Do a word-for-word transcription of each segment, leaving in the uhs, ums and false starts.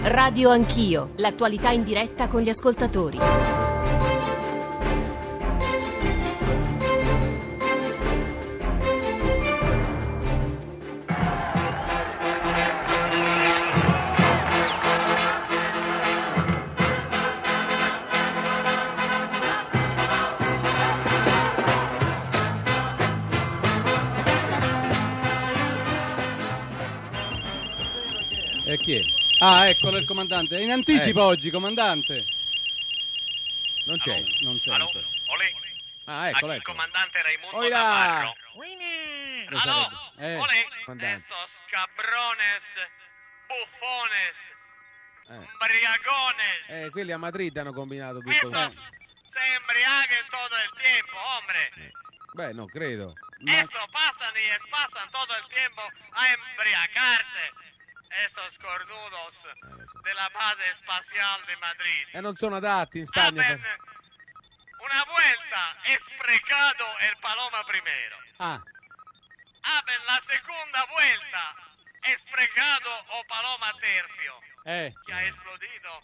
Radio Anch'io, l'attualità in diretta con gli ascoltatori. E chi è? Ah, eccolo il comandante. È in anticipo eh. oggi, comandante. Non c'è. Oh, non sente. Allo? Olè. Ah, eccolo, il ecco. comandante Raimundo Oilà. Navarro. Allo? Eh. Olè. Comandante. Estos cabrones, bufones, Eh. embriagones. Eh, quelli a Madrid hanno combinato tutto. Estos se embriaguen todo el tiempo, hombre. Eh. Beh, no credo. Ma- Esto pasan y es pasan todo el tiempo a embriagarse. Estos cornudos Eh, lo so. de la base espacial de Madrid. E non sono adatti in Spagna. Haben una vuelta esprecado el Paloma primero. Ah, Haben la segunda vuelta esprecado o Paloma tercio, eh. que ha explodido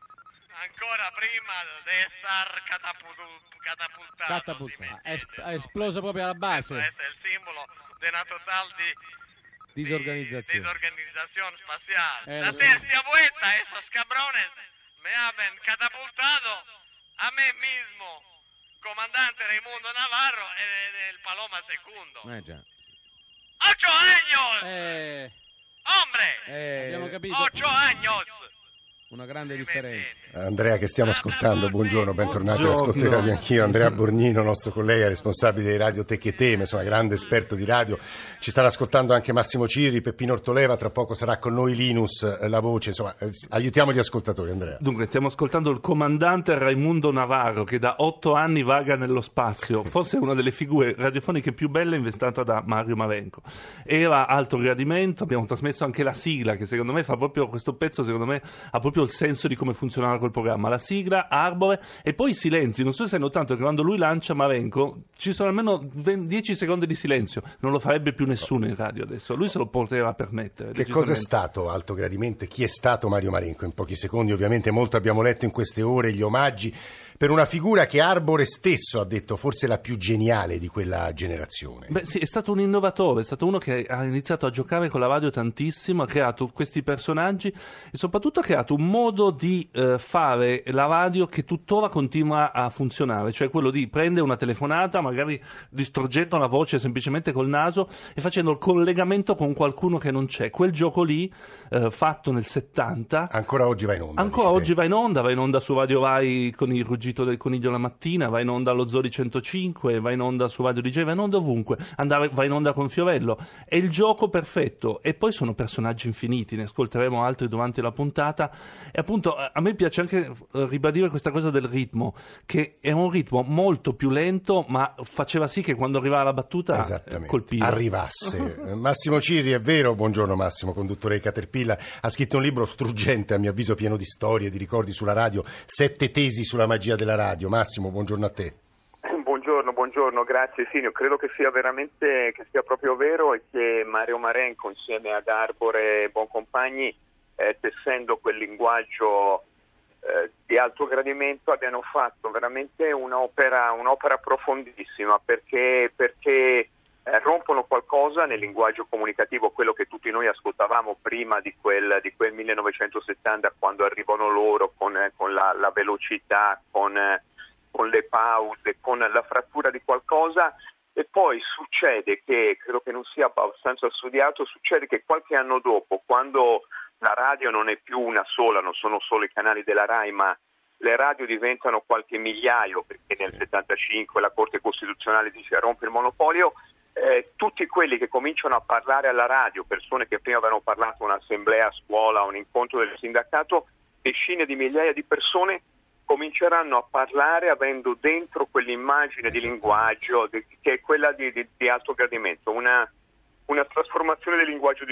ancora prima de estar catapultado. catapultado. Catapultato. si me Ha es- entiende, ha no? esploso proprio alla Eso base. es el símbolo de una total di- Disorganizzazione. Desorganización espacial. Eh, la lo so. tercera vuelta, esos cabrones me han catapultado a mí mismo, comandante Raimundo Navarro, en el Paloma segundo. Eh già. ¡Ocho años! Eh, ¡Hombre! Eh, abbiamo capito. ¡Ocho años! una grande Si me differenza. entiende. Andrea che stiamo ascoltando, buongiorno, bentornati Buongiorno. all'ascolto di Radio Anch'io. Andrea Borgnino, nostro collega responsabile di Radio Te che Teme, insomma grande esperto di radio. Ci stanno ascoltando anche Massimo Ciri, Peppino Ortoleva, tra poco sarà con noi Linus, eh, la voce, insomma eh, aiutiamo gli ascoltatori, Andrea. Dunque, stiamo ascoltando il comandante Raimundo Navarro che da otto anni vaga nello spazio, forse una delle figure radiofoniche più belle inventata da Mario Marenco. Era alto gradimento, abbiamo trasmesso anche la sigla che secondo me fa proprio, questo pezzo secondo me ha proprio il senso di come funzionava quel programma, la sigla, Arbore e poi i silenzi. Non so se hai notato che quando lui lancia Marenco ci sono almeno dieci secondi di silenzio, non lo farebbe più nessuno in radio adesso, lui se lo poteva permettere. Che cosa è decisamente. stato Alto Gradimento e chi è stato Mario Marenco? In pochi secondi ovviamente molto abbiamo letto in queste ore gli omaggi per una figura che Arbore stesso ha detto forse la più geniale di quella generazione. Beh sì, è stato un innovatore, è stato uno che ha iniziato a giocare con la radio tantissimo, ha creato questi personaggi e soprattutto ha creato un modo di eh, fare la radio che tuttora continua a funzionare, cioè quello di prendere una telefonata, magari distorcendo la voce semplicemente col naso e facendo il collegamento con qualcuno che non c'è. Quel gioco lì, eh, fatto nel settanta, Ancora oggi va in onda. ancora dici oggi te. va in onda, va in onda su Radio Rai con il ruggito del coniglio la mattina, va in onda allo Zodi centocinque, va in onda su Radio D J, va in onda ovunque, andare, va in onda con Fiorello. È il gioco perfetto e poi sono personaggi infiniti, ne ascolteremo altri durante la puntata e appunto a me piace anche eh, ribadire questa cosa del ritmo, che è un ritmo molto più lento ma faceva sì che quando arrivava la battuta eh, Esattamente, colpiva. arrivasse. Massimo Ciri, è vero, buongiorno Massimo, conduttore di Caterpillar, ha scritto un libro struggente, a mio avviso pieno di storie, di ricordi sulla radio, sette tesi sulla magia della radio. Massimo, buongiorno a te. Buongiorno, buongiorno, grazie Sinio. Credo che sia veramente, che sia proprio vero e che Mario Marenco insieme ad Arbore e Boncompagni, eh, tessendo quel linguaggio eh, di alto gradimento, abbiano fatto veramente un'opera, un'opera profondissima perché, perché eh, rompono qualcosa nel linguaggio comunicativo, quello che tutti noi ascoltavamo prima di quel, di quel millenovecentosettanta, quando arrivano loro con, con la, la velocità, con, con le pause, con la frattura di qualcosa. E poi succede che, credo che non sia abbastanza studiato, succede che qualche anno dopo, quando la radio non è più una sola, non sono solo i canali della Rai, ma le radio diventano qualche migliaio, perché nel settantacinque la Corte Costituzionale dice rompe il monopolio, eh, tutti quelli che cominciano a parlare alla radio, persone che prima avevano parlato a un'assemblea a scuola, a un incontro del sindacato, decine di migliaia di persone cominceranno a parlare avendo dentro quell'immagine di linguaggio di, che è quella di, di, di alto gradimento, una, una trasformazione del linguaggio di tutti.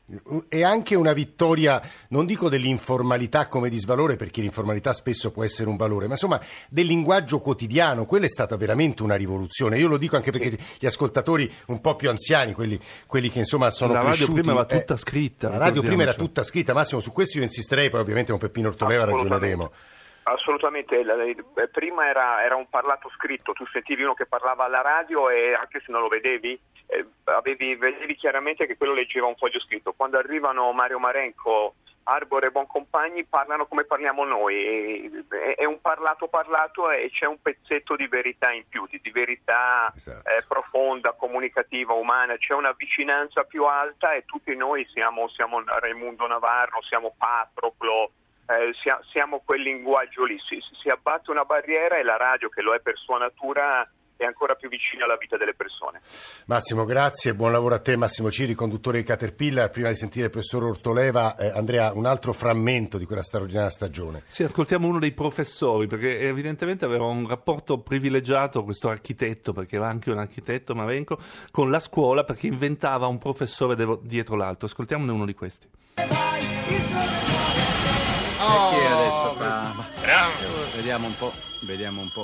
È anche una vittoria, non dico dell'informalità come di svalore, perché l'informalità spesso può essere un valore, ma insomma del linguaggio quotidiano. Quella è stata veramente una rivoluzione. Io lo dico anche perché gli ascoltatori un po' più anziani, quelli, quelli che insomma sono la cresciuti... radio prima era tutta eh, scritta. La radio prima era tutta scritta, Massimo, su questo io insisterei, poi ovviamente con Peppino Ortoleva ragioneremo. Assolutamente, prima era, era un parlato scritto, tu sentivi uno che parlava alla radio e anche se non lo vedevi, eh, avevi, vedevi chiaramente che quello leggeva un foglio scritto. Quando arrivano Mario Marenco, Arbore e Boncompagni parlano come parliamo noi, è, è un parlato parlato e c'è un pezzetto di verità in più, di, di verità esatto. eh, profonda, comunicativa, umana, c'è una vicinanza più alta e tutti noi siamo, siamo Raimundo Navarro, siamo Patroclo. Eh, siamo, siamo quel linguaggio lì, si, si abbatte una barriera e la radio, che lo è per sua natura, è ancora più vicina alla vita delle persone. Massimo, grazie, buon lavoro a te. Massimo Ciri, conduttore di Caterpillar. Prima di sentire il professor Ortoleva, eh, Andrea, un altro frammento di quella straordinaria stagione. Sì, ascoltiamo uno dei professori, perché evidentemente aveva un rapporto privilegiato questo architetto, perché era anche un architetto Marenco, con la scuola, perché inventava un professore devo, dietro l'altro. Ascoltiamone uno di questi. Oh, chi è adesso? Ah, Pronto? vediamo un po', vediamo un po'.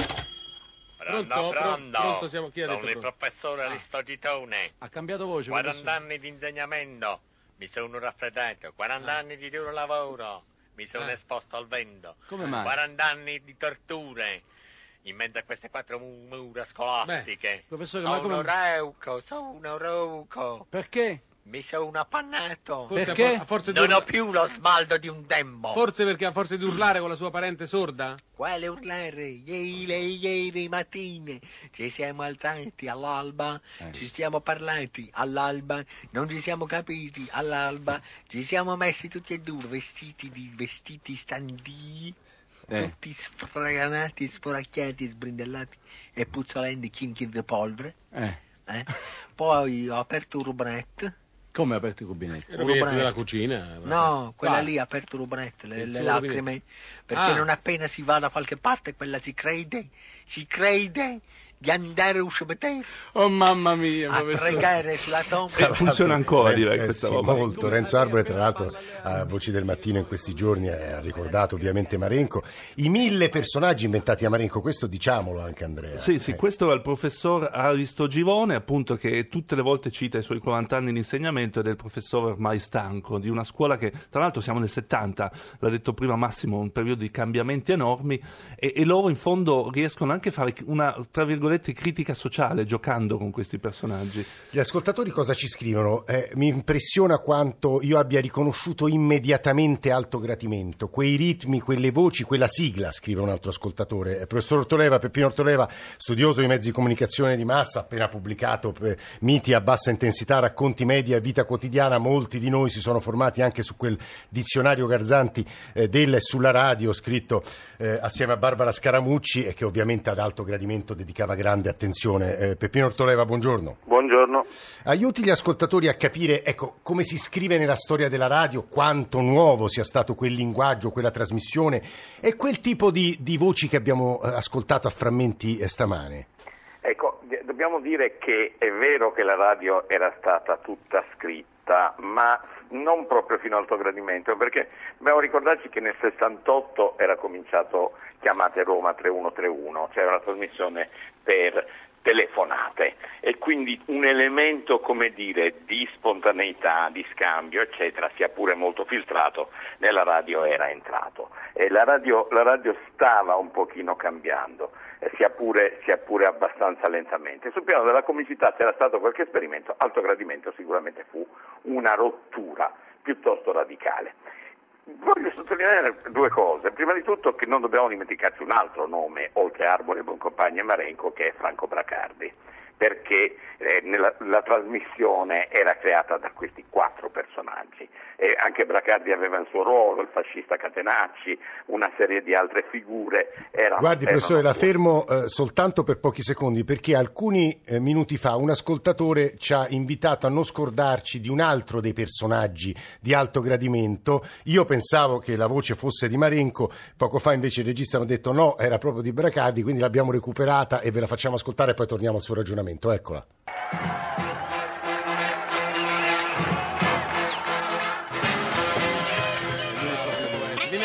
Pronto, Pronto? pronto. Pronto, siamo- chi ha Sono detto il pronto? professore Ah. Aristotitone. Ha cambiato voce. quaranta professore. anni di insegnamento, mi sono raffreddato. quaranta Ah. anni di duro lavoro, mi sono Ah. esposto al vento. Come mai? quaranta anni di torture, in mezzo a queste quattro mu- mura scolastiche. professore, ma sono come- rauco, sono rauco. Perché? Mi sono appannato. Forse, Perché? for- forse, Non dur- ho più lo smalto di un tempo. forse perché ha forse di urlare con la sua parente sorda? Quale urlare? Ieri, ieri mattina ci siamo alzati all'alba, Eh. ci siamo parlati all'alba, non ci siamo capiti all'alba, ci siamo messi tutti e due vestiti di vestiti standi, Eh. tutti sfraganati, sporacchiati, sbrindellati e puzzolenti chinchi di polvere. Eh. eh. Poi ho aperto un rubinetto. Come ha aperto i rubinetti? Il rubinetto Rubinetto. della cucina? No, quella Quale? lì ha aperto il rubinetto, le, Il le suo lacrime, perché Ah. non appena si va da qualche parte, quella si crede, si crede di andare a uscire Oh mamma mia, a professore. pregare sulla tomba. Eh, funziona ancora, Renzo- direi, eh, questa sì, roba. molto. Renzo Arbore, tra l'altro, a Voci del Mattino in questi giorni ha ricordato ovviamente Marenco. I mille personaggi inventati a Marenco, questo diciamolo anche Andrea. Sì, sì, Eh. questo era il professor Aristo Givone, appunto, che tutte le volte cita i suoi quaranta anni di insegnamento ed è il professore ormai stanco di una scuola che, tra l'altro, siamo nel settanta, l'ha detto prima Massimo, un periodo di cambiamenti enormi e, e loro in fondo riescono anche a fare una, tra virgolette, critica sociale giocando con questi personaggi. Gli ascoltatori cosa ci scrivono? Eh, mi impressiona quanto io abbia riconosciuto immediatamente Alto Gradimento, quei ritmi, quelle voci, quella sigla, scrive un altro ascoltatore. Eh, professor Ortoleva, Peppino Ortoleva, studioso di mezzi di comunicazione di massa, appena pubblicato eh, Miti a bassa intensità, racconti media e vita quotidiana. Molti di noi si sono formati anche su quel dizionario Garzanti eh, del e sulla radio, scritto eh, assieme a Barbara Scaramucci e che ovviamente ad Alto Gradimento dedicava grande attenzione. Eh, Peppino Ortoleva, buongiorno. Buongiorno. Aiuti gli ascoltatori a capire, ecco, come si scrive nella storia della radio, quanto nuovo sia stato quel linguaggio, quella trasmissione e quel tipo di, di voci che abbiamo eh, ascoltato a frammenti eh, stamane. Ecco, d- dobbiamo dire che è vero che la radio era stata tutta scritta, ma non proprio fino al Alto Gradimento, perché dobbiamo ricordarci che nel sessantotto era cominciato Chiamate Roma tre uno tre uno, cioè una trasmissione per telefonate e quindi un elemento, come dire, di spontaneità, di scambio, eccetera, sia pure molto filtrato, nella radio era entrato e la radio, la radio stava un pochino cambiando, eh, sia pure, sia pure abbastanza lentamente. Sul piano della comicità c'era stato qualche esperimento, Alto Gradimento sicuramente fu una rottura piuttosto radicale. Voglio sottolineare due cose. Prima di tutto che non dobbiamo dimenticarci un altro nome, oltre a Arbore, Boncompagni e Marenco, che è Franco Bracardi, perché eh, nella, la trasmissione era creata da questi quattro personaggi. E anche Bracardi aveva il suo ruolo, il fascista Catenacci, una serie di altre figure. Erano, Guardi professore, erano la fermo eh, soltanto per pochi secondi, perché alcuni eh, minuti fa un ascoltatore ci ha invitato a non scordarci di un altro dei personaggi di Alto Gradimento. Io pensavo che la voce fosse di Marenco, poco fa invece i registi hanno detto no, era proprio di Bracardi, quindi l'abbiamo recuperata e ve la facciamo ascoltare e poi torniamo al suo ragionamento. Eccola.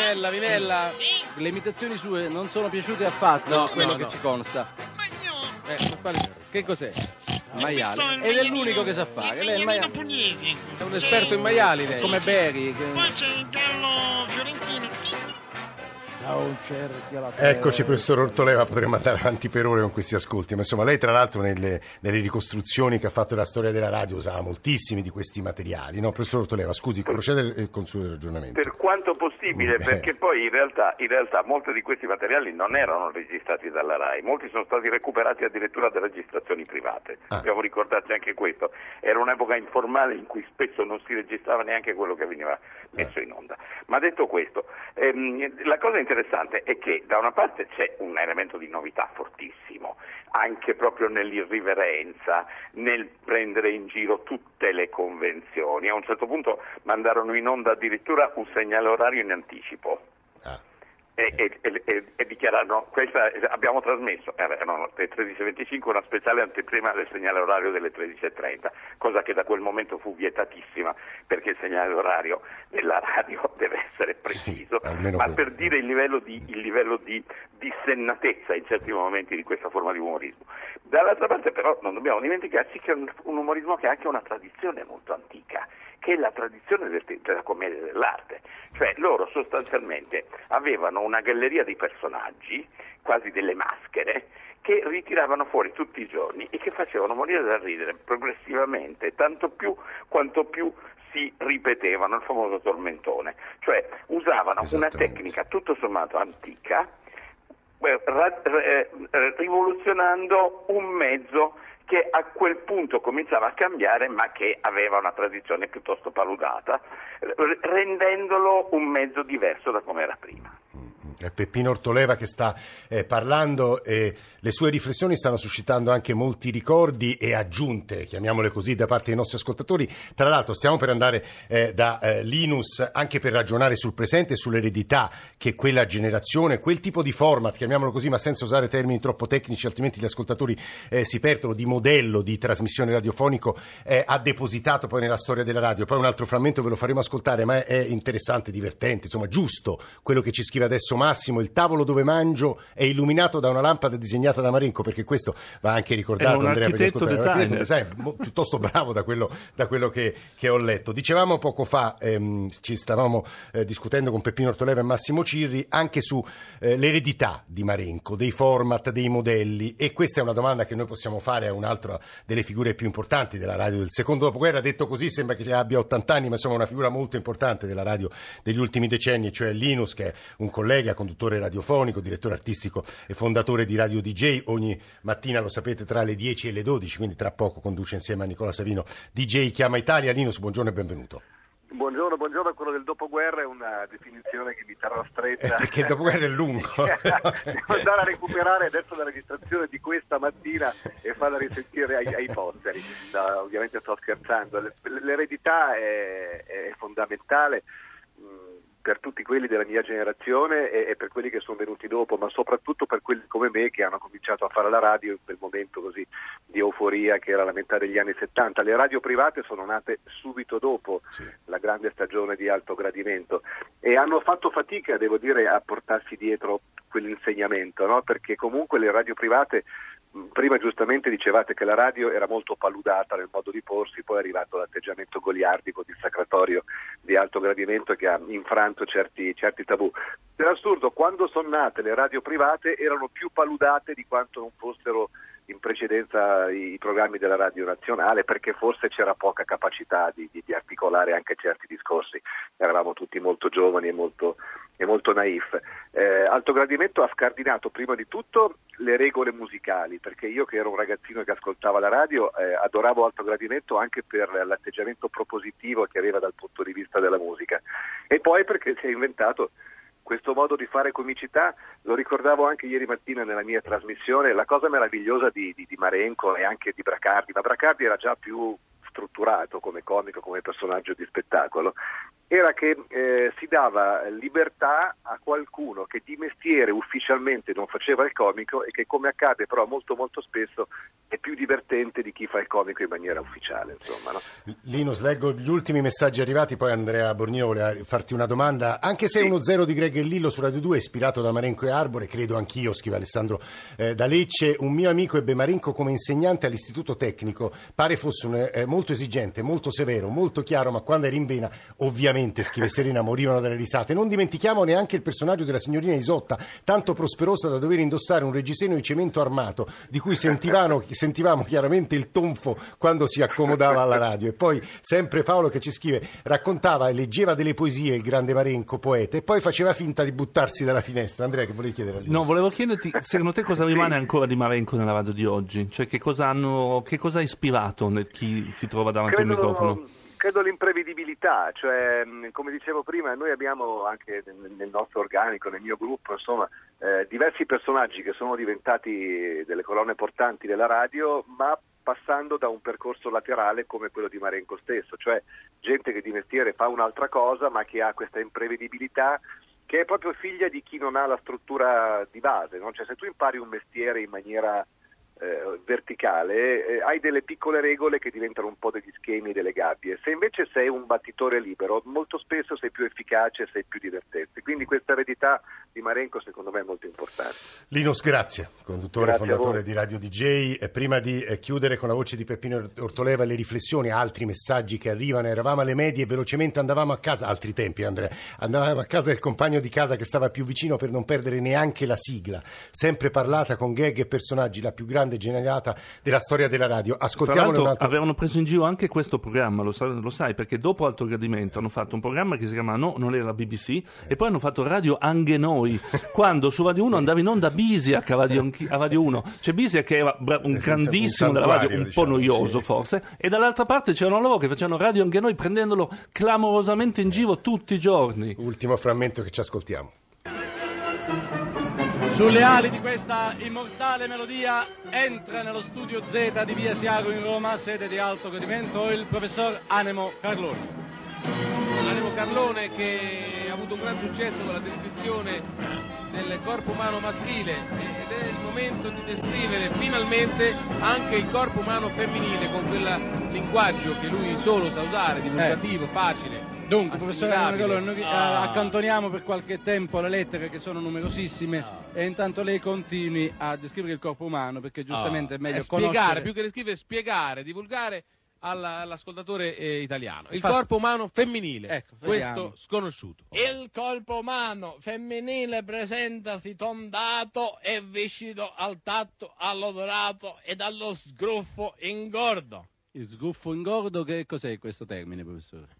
Vinella, Vinella. Le imitazioni sue non sono piaciute affatto, No, quello no, che no. ci consta. Eh, ma quali- che cos'è? Maiale. Ed è l'unico che sa fare. Lei è, il maia- pugliese. È un esperto in maiali, lei. come Beri. che- Poi c'è il gallo fiorentino. Eccoci professor Ortoleva, potremmo andare avanti per ore con questi ascolti, ma insomma lei tra l'altro nelle, nelle ricostruzioni che ha fatto della storia della radio usava moltissimi di questi materiali, no? Professor Ortoleva, scusi, procede con il suo ragionamento. Per quanto possibile, Eh. perché poi in realtà, in realtà molti di questi materiali non erano registrati dalla RAI, molti sono stati recuperati addirittura da registrazioni private. Ah. Dobbiamo ricordarci anche questo. Era un'epoca informale in cui spesso non si registrava neanche quello che veniva messo in onda. Ma detto questo, ehm, la cosa interessante è che da una parte c'è un elemento di novità fortissimo, anche proprio nell'irriverenza, nel prendere in giro tutte le convenzioni. A un certo punto mandarono in onda addirittura un segnale orario in anticipo. Ah. E, e, e, e dichiararono, questa abbiamo trasmesso, erano le tredici e venticinque, una speciale anteprima del segnale orario delle tredici e trenta, cosa che da quel momento fu vietatissima, perché il segnale orario della radio deve essere preciso, Sì, almeno ma quello. per dire il livello di, il livello di dissennatezza in certi momenti di questa forma di umorismo. Dall'altra parte però non dobbiamo dimenticarci che è un, un umorismo che ha anche una tradizione molto antica, che è la tradizione del, della commedia dell'arte, cioè loro sostanzialmente avevano una galleria di personaggi, quasi delle maschere, che ritiravano fuori tutti i giorni e che facevano morire da ridere progressivamente, tanto più quanto più si ripetevano, il famoso tormentone, cioè usavano una tecnica tutto sommato antica, eh, ra- eh, rivoluzionando un mezzo che a quel punto cominciava a cambiare, ma che aveva una tradizione piuttosto paludata, rendendolo un mezzo diverso da come era prima. È Peppino Ortoleva che sta eh, parlando e le sue riflessioni stanno suscitando anche molti ricordi e aggiunte, chiamiamole così, da parte dei nostri ascoltatori. Tra l'altro stiamo per andare eh, da eh, Linus anche per ragionare sul presente e sull'eredità che quella generazione, quel tipo di format, chiamiamolo così, ma senza usare termini troppo tecnici, altrimenti gli ascoltatori eh, si perdono, di modello di trasmissione radiofonico eh, ha depositato poi nella storia della radio. Poi un altro frammento ve lo faremo ascoltare, ma è, è interessante, divertente, insomma giusto quello che ci scrive adesso Massimo: il tavolo dove mangio è illuminato da una lampada disegnata da Marenco, perché questo va anche ricordato, È un Andrea, per gli architetto ascoltatori. È un designer. architetto designer, mo- piuttosto bravo da quello, da quello che, che ho letto. Dicevamo poco fa, ehm, ci stavamo eh, discutendo con Peppino Ortoleva e Massimo Cirri anche su eh, l'eredità di Marenco, dei format, dei modelli, e questa è una domanda che noi possiamo fare a un'altra delle figure più importanti della radio del secondo dopoguerra. Detto così sembra che abbia ottanta anni, ma insomma una figura molto importante della radio degli ultimi decenni, cioè Linus, che è un collega, conduttore radiofonico, direttore artistico e fondatore di Radio D J. Ogni mattina, lo sapete, tra le dieci e le dodici, quindi tra poco conduce insieme a Nicola Savino D J Chiama Italia. Linus, buongiorno e benvenuto. Buongiorno, buongiorno, quello del dopoguerra è una definizione che mi terrà stretta. Eh, perché il dopoguerra è lungo. Devo andare a recuperare adesso la registrazione di questa mattina e farla risentire ai, ai posteri. No, ovviamente sto scherzando. L'eredità è, è fondamentale mh, per tutti quelli della mia generazione e, e per quelli che sono venuti dopo, ma soprattutto per quelli come me che hanno cominciato a fare la radio in quel momento così di euforia che era la metà degli anni settanta. Le radio private sono nate subito dopo sì. la grande stagione di alto gradimento e hanno fatto fatica, devo dire, a portarsi dietro quell'insegnamento, no? Perché comunque le radio private, prima giustamente dicevate che la radio era molto paludata nel modo di porsi, poi è arrivato l'atteggiamento goliardico, dissacratorio di alto gradimento che ha infranto certi, certi tabù. Per assurdo, quando sono nate le radio private erano più paludate di quanto non fossero in precedenza i programmi della radio nazionale, perché forse c'era poca capacità di, di, di articolare anche certi discorsi. Eravamo tutti molto giovani e molto, e molto naif. Eh, Alto Gradimento ha scardinato prima di tutto le regole musicali, perché io che ero un ragazzino che ascoltava la radio eh, adoravo Alto Gradimento anche per l'atteggiamento propositivo che aveva dal punto di vista della musica, e poi perché si è inventato questo modo di fare comicità. Lo ricordavo anche ieri mattina nella mia trasmissione, la cosa meravigliosa di, di, di Marenco e anche di Bracardi, ma Bracardi era già più strutturato come comico, come personaggio di spettacolo, era che eh, si dava libertà a qualcuno che di mestiere ufficialmente non faceva il comico e che, come accade però molto molto spesso, è più divertente di chi fa il comico in maniera ufficiale, insomma, no? Linus, leggo gli ultimi messaggi arrivati, poi Andrea Borgnino voleva farti una domanda. Anche se è uno zero di Greg e Lillo su Radio due, ispirato da Marenco e Arbore, credo anch'io, scrive Alessandro eh, da Lecce, un mio amico ebbe Marenco come insegnante all'istituto tecnico, pare fosse un, eh, molto esigente, molto severo, molto chiaro, ma quando era in vena, ovviamente, scrive Serena, morivano dalle risate. Non dimentichiamo neanche il personaggio della signorina Isotta, tanto prosperosa da dover indossare un reggiseno di cemento armato, di cui sentivano, sentivamo chiaramente il tonfo quando si accomodava alla radio. E poi sempre Paolo che ci scrive, raccontava e leggeva delle poesie il grande Marenco, poeta, e poi faceva finta di buttarsi dalla finestra. Andrea, che volevi chiedere a Linus? No, volevo chiederti, secondo te cosa rimane ancora di Marenco nella radio di oggi? Cioè che cosa hanno, che cosa ha ispirato nel chi si trova davanti Credo... al microfono? Credo l'imprevedibilità, cioè come dicevo prima, noi abbiamo anche nel nostro organico, nel mio gruppo, insomma, eh, diversi personaggi che sono diventati delle colonne portanti della radio, ma passando da un percorso laterale come quello di Marenco stesso, cioè gente che di mestiere fa un'altra cosa, ma che ha questa imprevedibilità che è proprio figlia di chi non ha la struttura di base, no? Cioè se tu impari un mestiere in maniera Eh, verticale, eh, hai delle piccole regole che diventano un po' degli schemi, delle gabbie. Se invece sei un battitore libero, molto spesso sei più efficace, sei più divertente. Quindi questa eredità di Marenco secondo me è molto importante. Linus, grazie, conduttore Grazie fondatore di Radio D J. Eh, prima di eh, chiudere con la voce di Peppino Ortoleva e le riflessioni, altri messaggi che arrivano, eravamo alle medie e velocemente andavamo a casa, altri tempi Andrea, andavamo a casa del compagno di casa che stava più vicino per non perdere neanche la sigla, sempre parlata con gag e personaggi, la più grande generata della storia della radio. Ascoltiamolo. Tra l'altro altro... avevano preso in giro anche questo programma, lo sai, lo sai, perché dopo Alto Gradimento hanno fatto un programma che si chiama No, non era la B B C, eh. e poi hanno fatto Radio Anche Noi, quando su Radio uno andava in onda Bisiak a Radio, a Radio uno, cioè Bisiak era un grandissimo della radio, un diciamo, po' noioso sì, forse, sì. E dall'altra parte c'erano loro che facevano Radio Anche Noi prendendolo clamorosamente in giro tutti i giorni. Ultimo frammento che ci ascoltiamo. Sulle ali di questa immortale melodia entra nello studio Z di Via Siago in Roma, sede di Alto Gradimento, il professor Anemo Carlone. Anemo Carlone che ha avuto un gran successo con la descrizione del corpo umano maschile ed è il momento di descrivere finalmente anche il corpo umano femminile con quel linguaggio che lui solo sa usare, divulgativo, eh. facile. Dunque, professore Carlone, noi ah. accantoniamo per qualche tempo le lettere che sono numerosissime ah. e intanto lei continui a descrivere il corpo umano perché giustamente ah. è meglio è spiegare, conoscere... più che descrivere, spiegare, divulgare alla, all'ascoltatore eh, italiano. Il Infatti, corpo umano femminile, ecco, questo sconosciuto. Il corpo umano femminile presentasi tondato e viscido al tatto, all'odorato e dallo sgruffo ingordo. Il sgruffo ingordo, che cos'è questo termine, professore?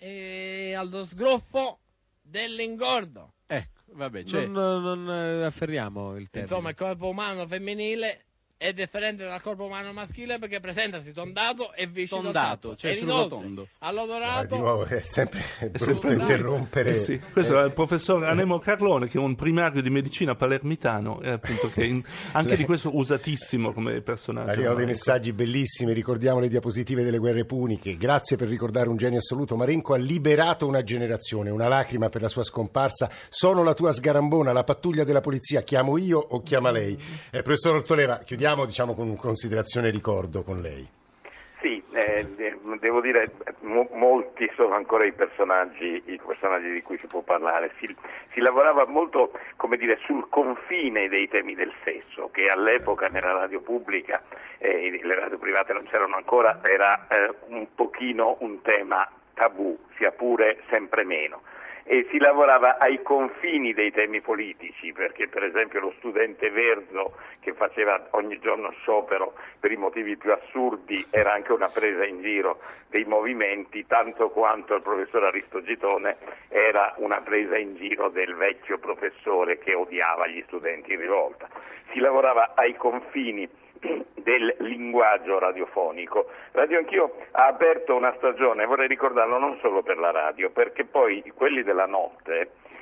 E allo sgruffo dell'ingordo. Ecco, vabbè, cioè... non, non, non afferriamo il termine. Insomma, il corpo umano femminile è differente dal corpo umano maschile perché presentasi tondato e viscido tondato, cioè e sul inoltre, rotondo. Allodorato. Ah, di nuovo è sempre è brutto sempre interrompere. Eh sì. Questo eh, è il professor Anemo Carlone, che è un primario di medicina palermitano, e appunto che in, anche di questo usatissimo come personaggio. Arrivano dei messaggi bellissimi, ricordiamo le diapositive delle guerre puniche. Grazie per ricordare un genio assoluto. Marenco ha liberato una generazione, una lacrima per la sua scomparsa. Sono la tua sgarambona, la pattuglia della polizia, chiamo io o chiama lei? Eh, professor Ortoleva, chiudiamo diciamo con un considerazione e ricordo con lei. Sì, eh, devo dire, mo- molti sono ancora i personaggi, i personaggi di cui si può parlare. Si, si lavorava molto, come dire, sul confine dei temi del sesso, che all'epoca nella radio pubblica, eh, le radio private non c'erano ancora, era eh, un pochino un tema tabù, sia pure sempre meno. E si lavorava ai confini dei temi politici, perché per esempio lo studente Verzo, che faceva ogni giorno sciopero per i motivi più assurdi, era anche una presa in giro dei movimenti, tanto quanto il professor Aristogitone era una presa in giro del vecchio professore che odiava gli studenti in rivolta. Si lavorava ai confini del linguaggio radiofonico. Radio Anch'io ha aperto una stagione, vorrei ricordarlo non solo per la radio, perché poi quelli della notte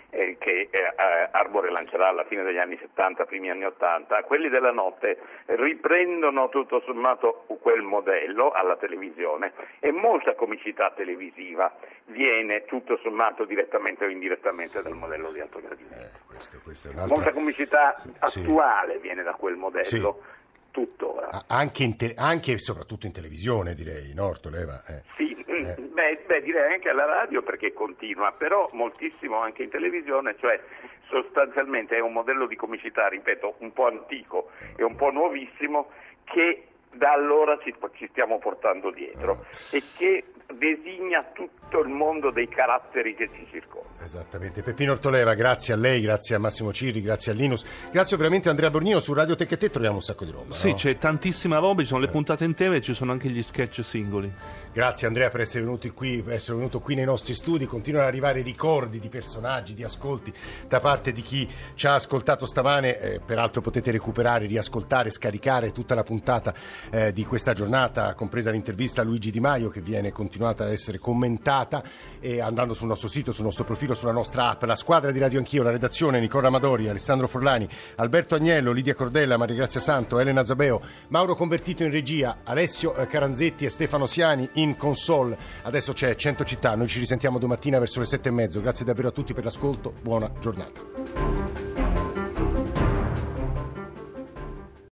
eh, che eh, Arbore lancerà alla fine degli anni settanta, primi anni ottanta, quelli della notte riprendono tutto sommato quel modello alla televisione e molta comicità televisiva viene tutto sommato direttamente o indirettamente dal modello di Alto Gradimento. Eh, questo, questo è un'altra... Molta comicità attuale sì. viene da quel modello. Sì. Tuttora. Anche, in te- anche e soprattutto in televisione, direi, no, Ortoleva? Eh. Sì, eh. Beh, beh, direi anche alla radio perché continua, però moltissimo anche in televisione, cioè sostanzialmente è un modello di comicità, ripeto, un po' antico e un po' nuovissimo che da allora ci, ci stiamo portando dietro eh. e che designa tutto il mondo dei caratteri che ci circondano. Esattamente. Peppino Ortoleva, grazie a lei, grazie a Massimo Ciri, grazie a Linus, grazie ovviamente a Andrea Borgnino. Su Radio Tech e Te troviamo un sacco di roba. Sì, no? c'è tantissima roba, ci sono le puntate intere e ci sono anche gli sketch singoli. Grazie Andrea per essere venuto qui, per essere venuto qui nei nostri studi. Continuano ad arrivare ricordi di personaggi, di ascolti da parte di chi ci ha ascoltato stamane. Eh, peraltro potete recuperare, riascoltare, scaricare tutta la puntata eh, di questa giornata, compresa l'intervista a Luigi Di Maio che viene continuata ad essere commentata, e andando sul nostro sito, sul nostro profilo, sulla nostra app. La squadra di Radio Anch'io, la redazione: Nicola Amadori, Alessandro Forlani, Alberto Agnello, Lidia Cordella, Maria Grazia Santo, Elena Zabeo, Mauro Convertito in regia, Alessio Caranzetti e Stefano Siani in console. Adesso c'è cento città, noi ci risentiamo domattina verso le sette e mezzo. Grazie davvero a tutti per l'ascolto, buona giornata.